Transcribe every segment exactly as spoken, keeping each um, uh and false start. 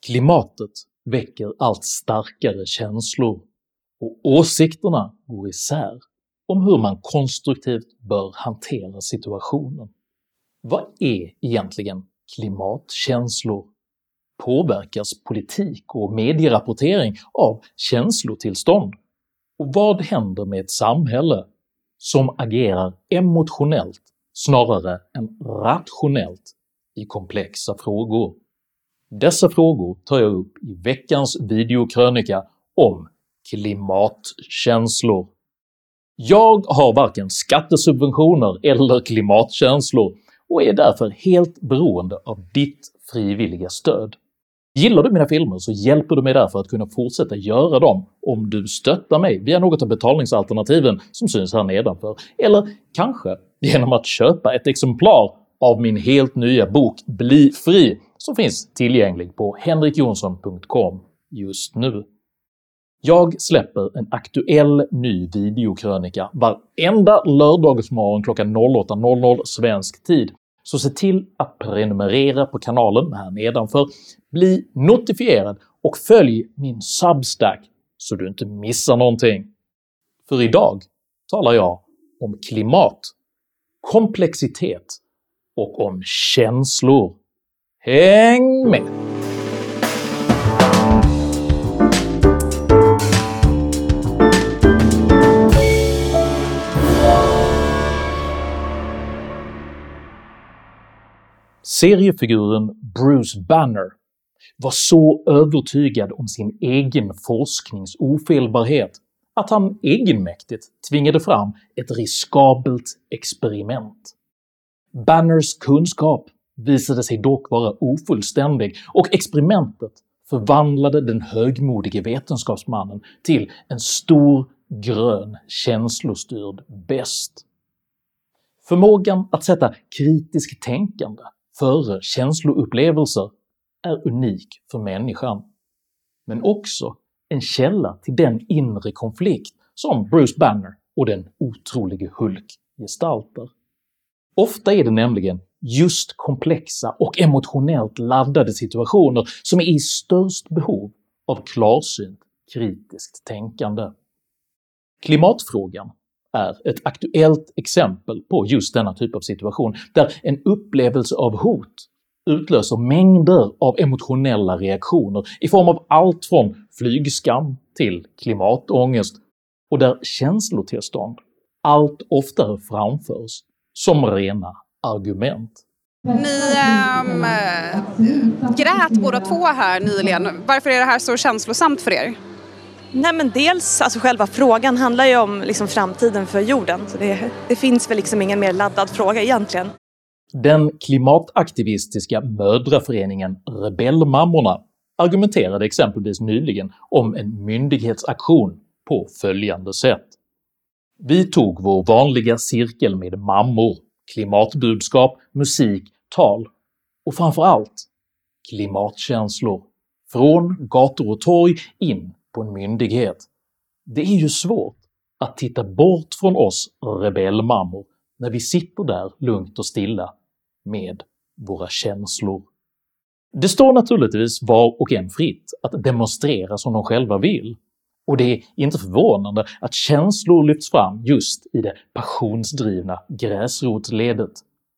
Klimatet väcker allt starkare känslor och åsikterna går isär om hur man konstruktivt bör hantera situationen. Vad är egentligen klimatkänslor? Påverkas politik och medierapportering av känslotillstånd? Och vad händer med ett samhälle som agerar emotionellt snarare än rationellt i komplexa frågor? Dessa frågor tar jag upp i veckans videokrönika om klimatkänslor. Jag har varken skattesubventioner eller klimatkänslor och är därför helt beroende av ditt frivilliga stöd. Gillar du mina filmer så hjälper du mig därför att kunna fortsätta göra dem om du stöttar mig via något av betalningsalternativen som syns här nedanför, eller kanske genom att köpa ett exemplar av min helt nya bok Bli fri som finns tillgänglig på henrik jonsson punkt com just nu. Jag släpper en aktuell ny videokrönika varenda lördagsmorgon klockan åtta noll noll svensk tid, så se till att prenumerera på kanalen här nedanför, bli notifierad och följ min Substack så du inte missar någonting. För idag talar jag om klimat, komplexitet och om känslor. Häng med! Seriefiguren Bruce Banner var så övertygad om sin egen forsknings ofelbarhet att han egenmäktigt tvingade fram ett riskabelt experiment. Banners kunskap visade sig dock vara ofullständig och experimentet förvandlade den högmodige vetenskapsmannen till en stor grön känslostyrd bäst. Förmågan att sätta kritiskt tänkande före känsloupplevelser är unik för människan, men också en källa till den inre konflikt som Bruce Banner och den otrolige Hulk gestaltar. Ofta är det nämligen just komplexa och emotionellt laddade situationer som är i störst behov av klarsynt kritiskt tänkande. Klimatfrågan är ett aktuellt exempel på just denna typ av situation där en upplevelse av hot utlöser mängder av emotionella reaktioner i form av allt från flygskam till klimatångest, och där känslotillstånd allt oftare framförs som rena argument. Ni ähm, grät båda två här nyligen. Varför är det här så känslosamt för er? Nej, men dels, alltså själva frågan handlar ju om liksom framtiden för jorden, så det, det finns väl liksom ingen mer laddad fråga egentligen. Den klimataktivistiska mödraföreningen Rebellmammorna argumenterade exempelvis nyligen om en myndighetsaktion på följande sätt. Vi tog vår vanliga cirkel med mammor, klimatbudskap, musik, tal och framförallt klimatkänslor från gator och torg in på en myndighet. Det är ju svårt att titta bort från oss rebellmammor när vi sitter där lugnt och stilla med våra känslor. Det står naturligtvis var och en fritt att demonstrera som de själva vill, och det är inte förvånande att känslor lyfts fram just i det passionsdrivna gräsrotsledet.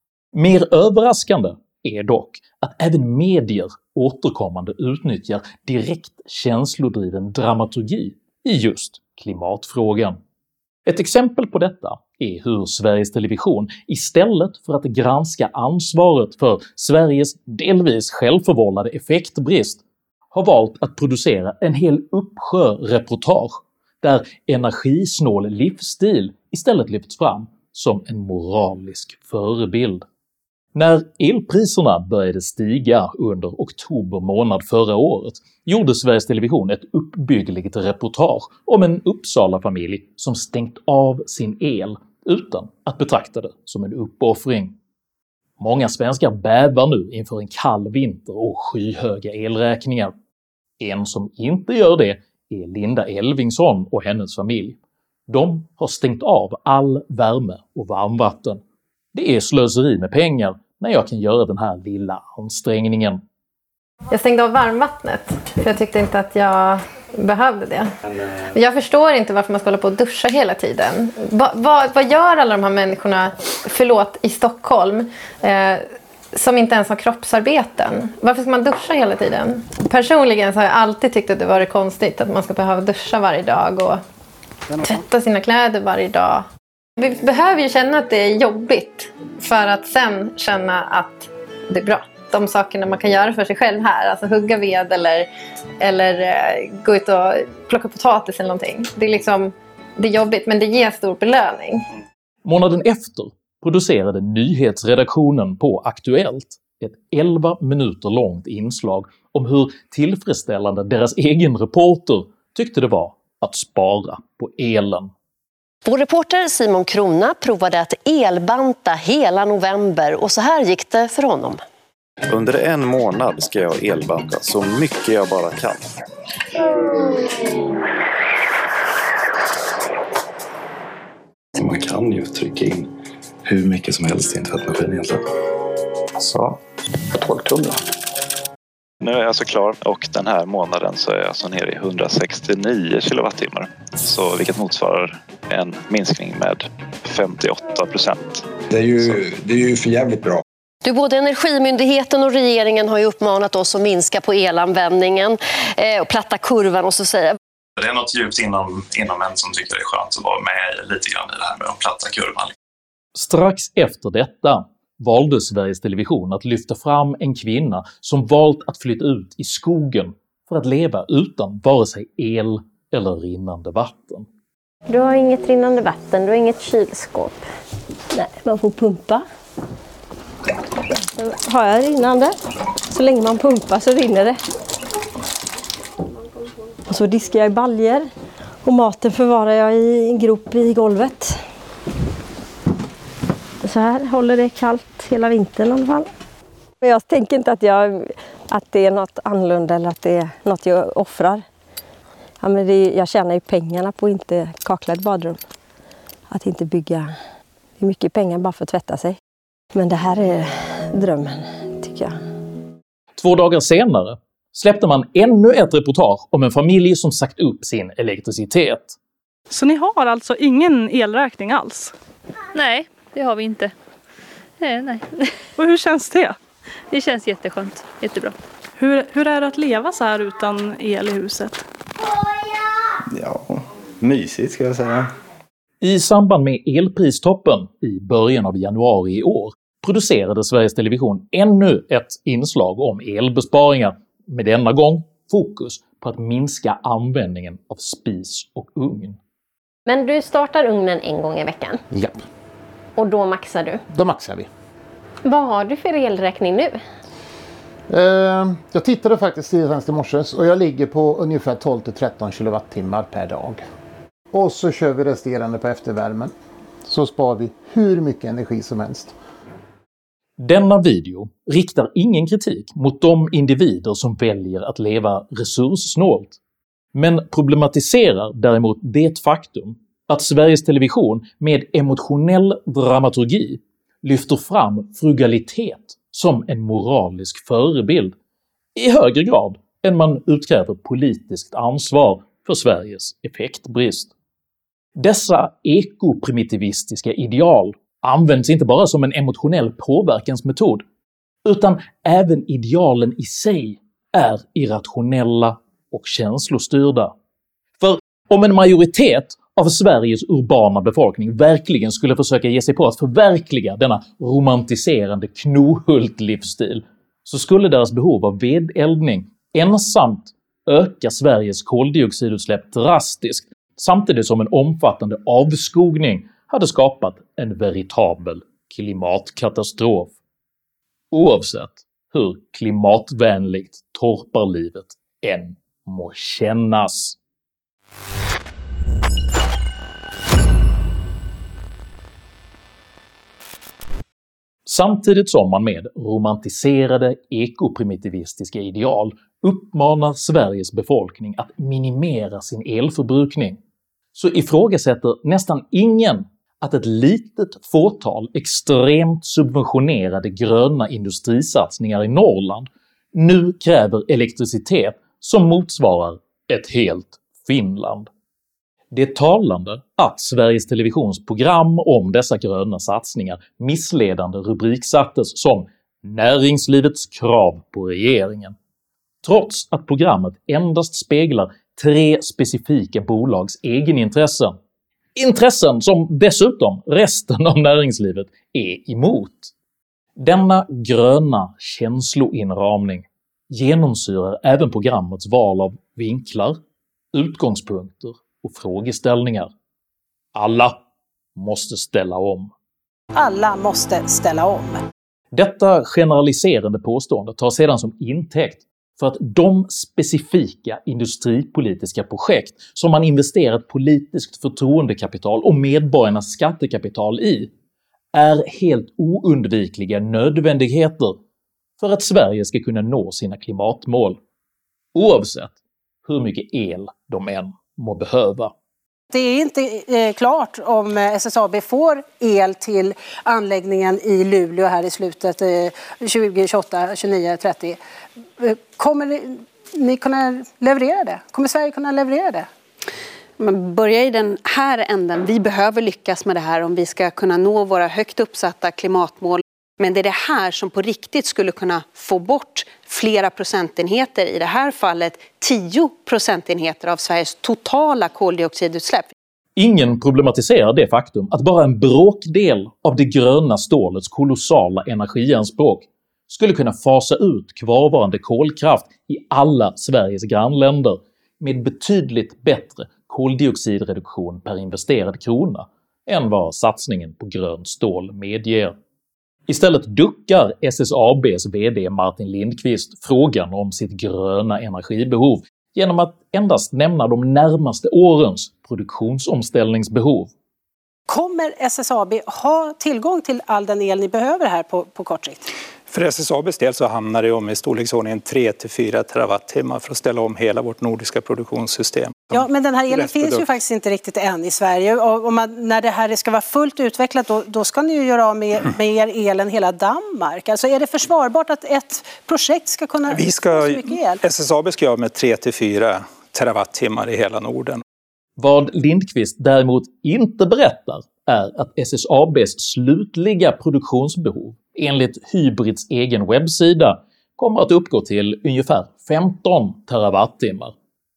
Mer överraskande är dock att även medier återkommande utnyttjar direkt känslodriven dramaturgi i just klimatfrågan. Ett exempel på detta är hur Sveriges Television istället för att granska ansvaret för Sveriges delvis självförvållade effektbrist har valt att producera en hel uppsjö reportage där energisnål livsstil istället lyfts fram som en moralisk förebild. När elpriserna började stiga under oktober månad förra året gjorde Sveriges Television ett uppbyggligt reportage om en Uppsala-familj som stängt av sin el utan att betrakta det som en uppoffring. Många svenskar bävar nu inför en kall vinter och skyhöga elräkningar. En som inte gör det är Linda Elvingsson och hennes familj. De har stängt av all värme och varmvatten. Det är slöseri med pengar när jag kan göra den här lilla ansträngningen. Jag stängde av varmvattnet för jag tyckte inte att jag behövde det. Men jag förstår inte varför man ska hålla på och duscha hela tiden. Va, va, vad gör alla de här människorna, förlåt, i Stockholm eh, som inte ens har kroppsarbeten? Varför ska man duscha hela tiden? Personligen så har jag alltid tyckt att det var konstigt att man ska behöva duscha varje dag och tvätta sina kläder varje dag. Vi behöver ju känna att det är jobbigt för att sen känna att det är bra. De sakerna man kan göra för sig själv här, alltså hugga ved eller, eller eh, gå ut och plocka potatis eller någonting. Det är liksom, det är jobbigt men det ger stor belöning. Månaden efter producerade nyhetsredaktionen på Aktuellt ett elva minuter långt inslag om hur tillfredsställande deras egen reporter tyckte det var att spara på elen. Vår reporter Simon Krona provade att elbanta hela november och så här gick det för honom. Under en månad ska jag elbanta så mycket jag bara kan. Man kan ju trycka in hur mycket som helst i en tvättmaskin egentligen. Så, tolv tum då. Nu är jag så klar och den här månaden så är jag så nere i hundrasextionio kilowattimmar. Så vilket motsvarar en minskning med femtioåtta procent. Det är ju, det är ju för jävligt bra. Du, både Energimyndigheten och regeringen har ju uppmanat oss att minska på elanvändningen eh, och platta kurvan och så säga. Det är något djupt inom, inom en som tycker det är skönt att vara med lite grann i det här med att platta kurvan. Strax efter detta valde Sveriges Television att lyfta fram en kvinna som valt att flytta ut i skogen för att leva utan vare sig el eller rinnande vatten. Du har inget rinnande vatten, du har inget kylskåp. Nej, man får pumpa. Så har jag rinnande. Så länge man pumpar så rinner det. Och så diskar jag i baljer. Och maten förvarar jag i en grop i golvet. Så här håller det kallt hela vintern i alla fall. Jag tänker inte att, jag, att det är något annorlunda eller att det är något jag offrar. Ja, men det, jag tjänar ju pengarna på att inte kakla ett badrum. Att inte bygga. Det är mycket pengar bara för att tvätta sig. Men det här är drömmen, tycker jag. Två dagar senare släppte man ännu ett reportage om en familj som sagt upp sin elektricitet. Så ni har alltså ingen elräkning alls? Nej, det har vi inte. Nej, nej. Och hur känns det? Det känns jätteskönt, jättebra. Hur, hur är det att leva så här utan el i huset? Ja, mysigt ska jag säga. I samband med elpristoppen i början av januari i år producerade Sveriges Television ännu ett inslag om elbesparingar, med denna gång fokus på att minska användningen av spis och ugn. Men du startar ugnen en gång i veckan? Ja. Och då maxar du? Då maxar vi. Vad har du för elräkning nu? Uh, jag tittade faktiskt senast i morse och jag ligger på ungefär tolv till tretton kilowattimmar per dag. Och så kör vi resterande på eftervärmen. Så sparar vi hur mycket energi som helst. Denna video riktar ingen kritik mot de individer som väljer att leva resurssnålt, men problematiserar däremot det faktum att Sveriges Television med emotionell dramaturgi lyfter fram frugalitet som en moralisk förebild i högre grad än man utkräver politiskt ansvar för Sveriges effektbrist. Dessa ekoprimitivistiska ideal används inte bara som en emotionell påverkansmetod, utan även idealen i sig är irrationella och känslostyrda. För om en majoritet av Sveriges urbana befolkning verkligen skulle försöka ge sig på att förverkliga denna romantiserande knohult-livsstil, så skulle deras behov av vedeldning ensamt öka Sveriges koldioxidutsläpp drastiskt, samtidigt som en omfattande avskogning hade skapat en veritabel klimatkatastrof. Oavsett hur klimatvänligt torparlivet än må kännas. Samtidigt som man med romantiserade ekoprimitivistiska ideal uppmanar Sveriges befolkning att minimera sin elförbrukning, så ifrågasätter nästan ingen att ett litet fåtal extremt subventionerade gröna industrisatsningar i Norrland nu kräver elektricitet som motsvarar ett helt Finland. Det är talande att Sveriges Televisions program om dessa gröna satsningar missledande rubriksattes som “Näringslivets krav på regeringen”, trots att programmet endast speglar tre specifika bolags egenintressen, intressen som dessutom resten av näringslivet är emot. Denna gröna känsloinramning genomsyrar även programmets val av vinklar, utgångspunkter och frågeställningar. Alla måste ställa om. Alla måste ställa om. Detta generaliserande påstående tar sedan som intäkt för att de specifika industripolitiska projekt som man investerat politiskt förtroendekapital och medborgarnas skatekapital i är helt oundvikliga nödvändigheter för att Sverige ska kunna nå sina klimatmål, oavsett hur mycket el de än må behöva. Det är inte eh, klart om S S A B får el till anläggningen i Luleå här i slutet eh, tjugo tjugoåtta, tjugonio, trettio. Kommer ni, ni kunna leverera det? Kommer Sverige kunna leverera det? Man börjar i den här änden. Vi behöver lyckas med det här om vi ska kunna nå våra högt uppsatta klimatmål. Men det är det här som på riktigt skulle kunna få bort flera procentenheter, i det här fallet tio procentenheter av Sveriges totala koldioxidutsläpp. Ingen problematiserar det faktum att bara en bråkdel av det gröna stålets kolossala energianspråk skulle kunna fasa ut kvarvarande kolkraft i alla Sveriges grannländer med betydligt bättre koldioxidreduktion per investerad krona än vad satsningen på grönt stål medger. Istället duckar S S A B:s vd Martin Lindqvist frågan om sitt gröna energibehov genom att endast nämna de närmaste årens produktionsomställningsbehov. Kommer S S A B ha tillgång till all den el ni behöver här på, på kort sikt? För S S A B:s del så hamnar det om i storleksordningen tre till fyra terawattimmar för att ställa om hela vårt nordiska produktionssystem. Ja, men den här elen finns ju faktiskt inte riktigt än i Sverige. Och om man, när det här ska vara fullt utvecklat då, då ska ni ju göra av med, med er el än hela Danmark. Alltså är det försvarbart att ett projekt ska kunna Vi ska, få så mycket el? S S A B ska göra med tre till fyra terawattimmar i hela Norden. Vad Lindqvist däremot inte berättar är att S S A B:s slutliga produktionsbehov enligt Hybrids egen webbsida kommer att uppgå till ungefär femton terawattimmar,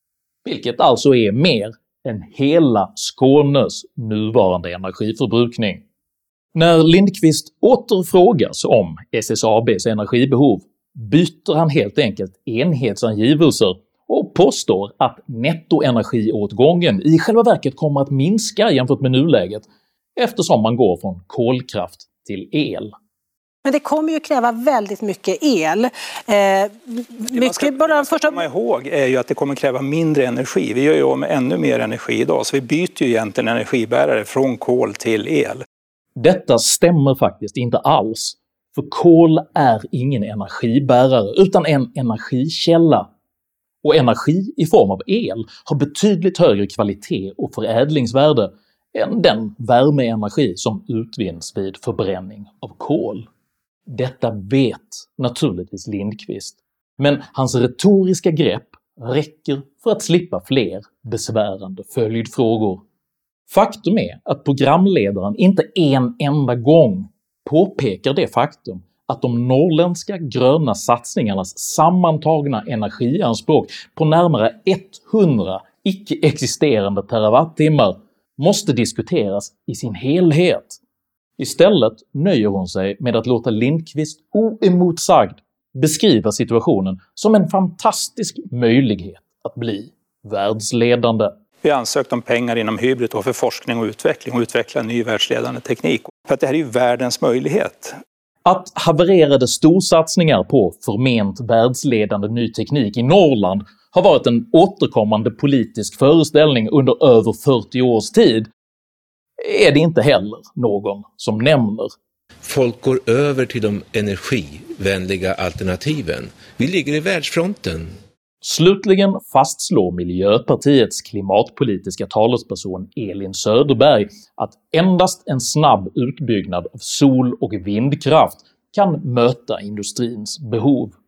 vilket alltså är mer än hela Skånes nuvarande energiförbrukning. När Lindqvist åter frågas om S S A B:s energibehov byter han helt enkelt enhetsangivelser och påstår att nettoenergiåtgången i själva verket kommer att minska jämfört med nuläget eftersom man går från kolkraft till el. Men det kommer ju kräva väldigt mycket el. Eh, mycket man ska, bara man ska första... komma ihåg är ju att det kommer kräva mindre energi. Vi gör ju av med ännu mer energi idag, så vi byter ju egentligen energibärare från kol till el. Detta stämmer faktiskt inte alls, för kol är ingen energibärare utan en energikälla. Och energi i form av el har betydligt högre kvalitet och förädlingsvärde än den värmeenergi som utvinns vid förbränning av kol. Detta vet naturligtvis Lindqvist, men hans retoriska grepp räcker för att slippa fler besvärande följdfrågor. Faktum är att programledaren inte en enda gång påpekar det faktum att de norrländska gröna satsningarnas sammantagna energianspråk på närmare hundra icke-existerande terawattimmar måste diskuteras i sin helhet. Istället nöjer hon sig med att låta Lindqvist oemotsagd beskriva situationen som en fantastisk möjlighet att bli världsledande. Vi har ansökt om pengar inom Hybrid för forskning och utveckling och utveckla ny världsledande teknik. För att det här är ju världens möjlighet. Att havererade storsatsningar på förment världsledande ny teknik i Norrland har varit en återkommande politisk föreställning under över fyrtio års tid är det inte heller någon som nämner. Folk går över till de energivänliga alternativen. Vi ligger i världsfronten. Slutligen fastslår Miljöpartiets klimatpolitiska talesperson Elin Söderberg att endast en snabb utbyggnad av sol- och vindkraft kan möta industrins behov.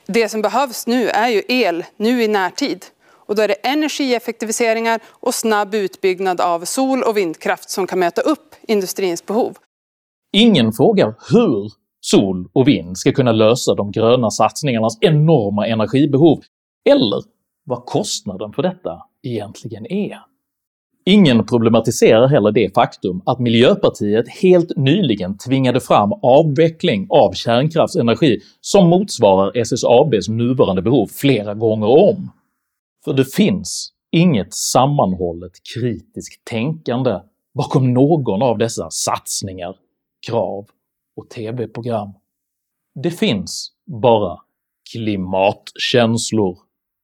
Det som behövs nu är ju el, nu i närtid. Och då är det energieffektiviseringar och snabb utbyggnad av sol- och vindkraft som kan möta upp industrins behov. Ingen frågar hur sol och vind ska kunna lösa de gröna satsningarnas enorma energibehov, eller vad kostnaden för detta egentligen är. Ingen problematiserar heller det faktum att Miljöpartiet helt nyligen tvingade fram avveckling av kärnkraftsenergi som motsvarar S S A B:s nuvarande behov flera gånger om. För det finns inget sammanhållet kritiskt tänkande bakom någon av dessa satsningar, krav och tv-program. Det finns bara klimatkänslor.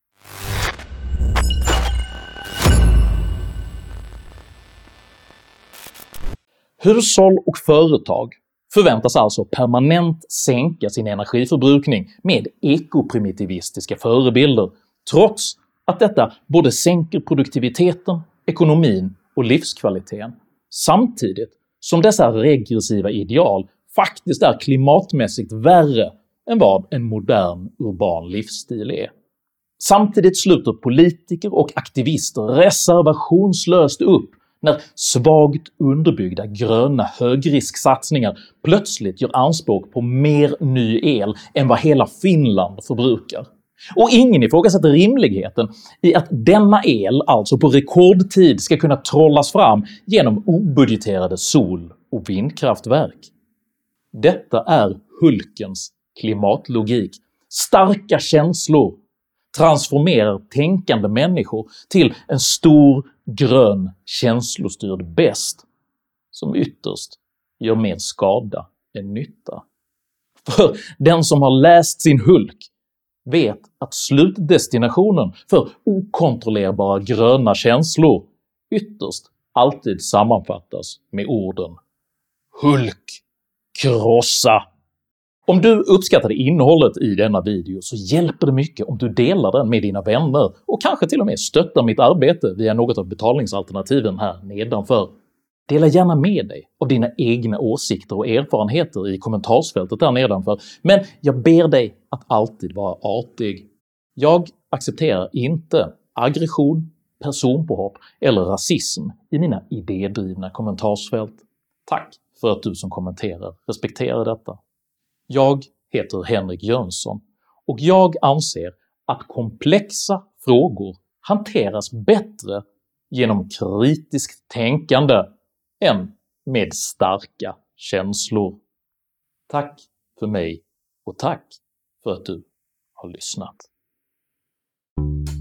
Hushåll och företag förväntas alltså permanent sänka sin energiförbrukning med ekoprimitivistiska förebilder, trots att detta både sänker produktiviteten, ekonomin och livskvaliteten, samtidigt som dessa regressiva ideal faktiskt är klimatmässigt värre än vad en modern urban livsstil är. Samtidigt sluter politiker och aktivister reservationslöst upp när svagt underbyggda gröna högrisksatsningar plötsligt gör anspråk på mer ny el än vad hela Finland förbrukar. Och ingen ifrågasätter rimligheten i att denna el alltså på rekordtid ska kunna trollas fram genom obudgeterade sol- och vindkraftverk. Detta är Hulkens klimatlogik. Starka känslor transformerar tänkande människor till en stor grön känslostyrd bäst som ytterst gör mer skada än nytta. För den som har läst sin Hulk vet att slutdestinationen för okontrollerbara gröna känslor ytterst alltid sammanfattas med orden “Hulk, krossa”. Om du uppskattade innehållet i denna video så hjälper det mycket om du delar den med dina vänner och kanske till och med stöttar mitt arbete via något av betalningsalternativen här nedanför. Dela gärna med dig av dina egna åsikter och erfarenheter i kommentarsfältet där nedanför, men jag ber dig att alltid vara artig. Jag accepterar inte aggression, personpåhopp eller rasism i mina idédrivna kommentarsfält. Tack för att du som kommenterar respekterar detta. Jag heter Henrik Jönsson och jag anser att komplexa frågor hanteras bättre genom kritiskt tänkande än med starka känslor. Tack för mig och tack för att du har lyssnat.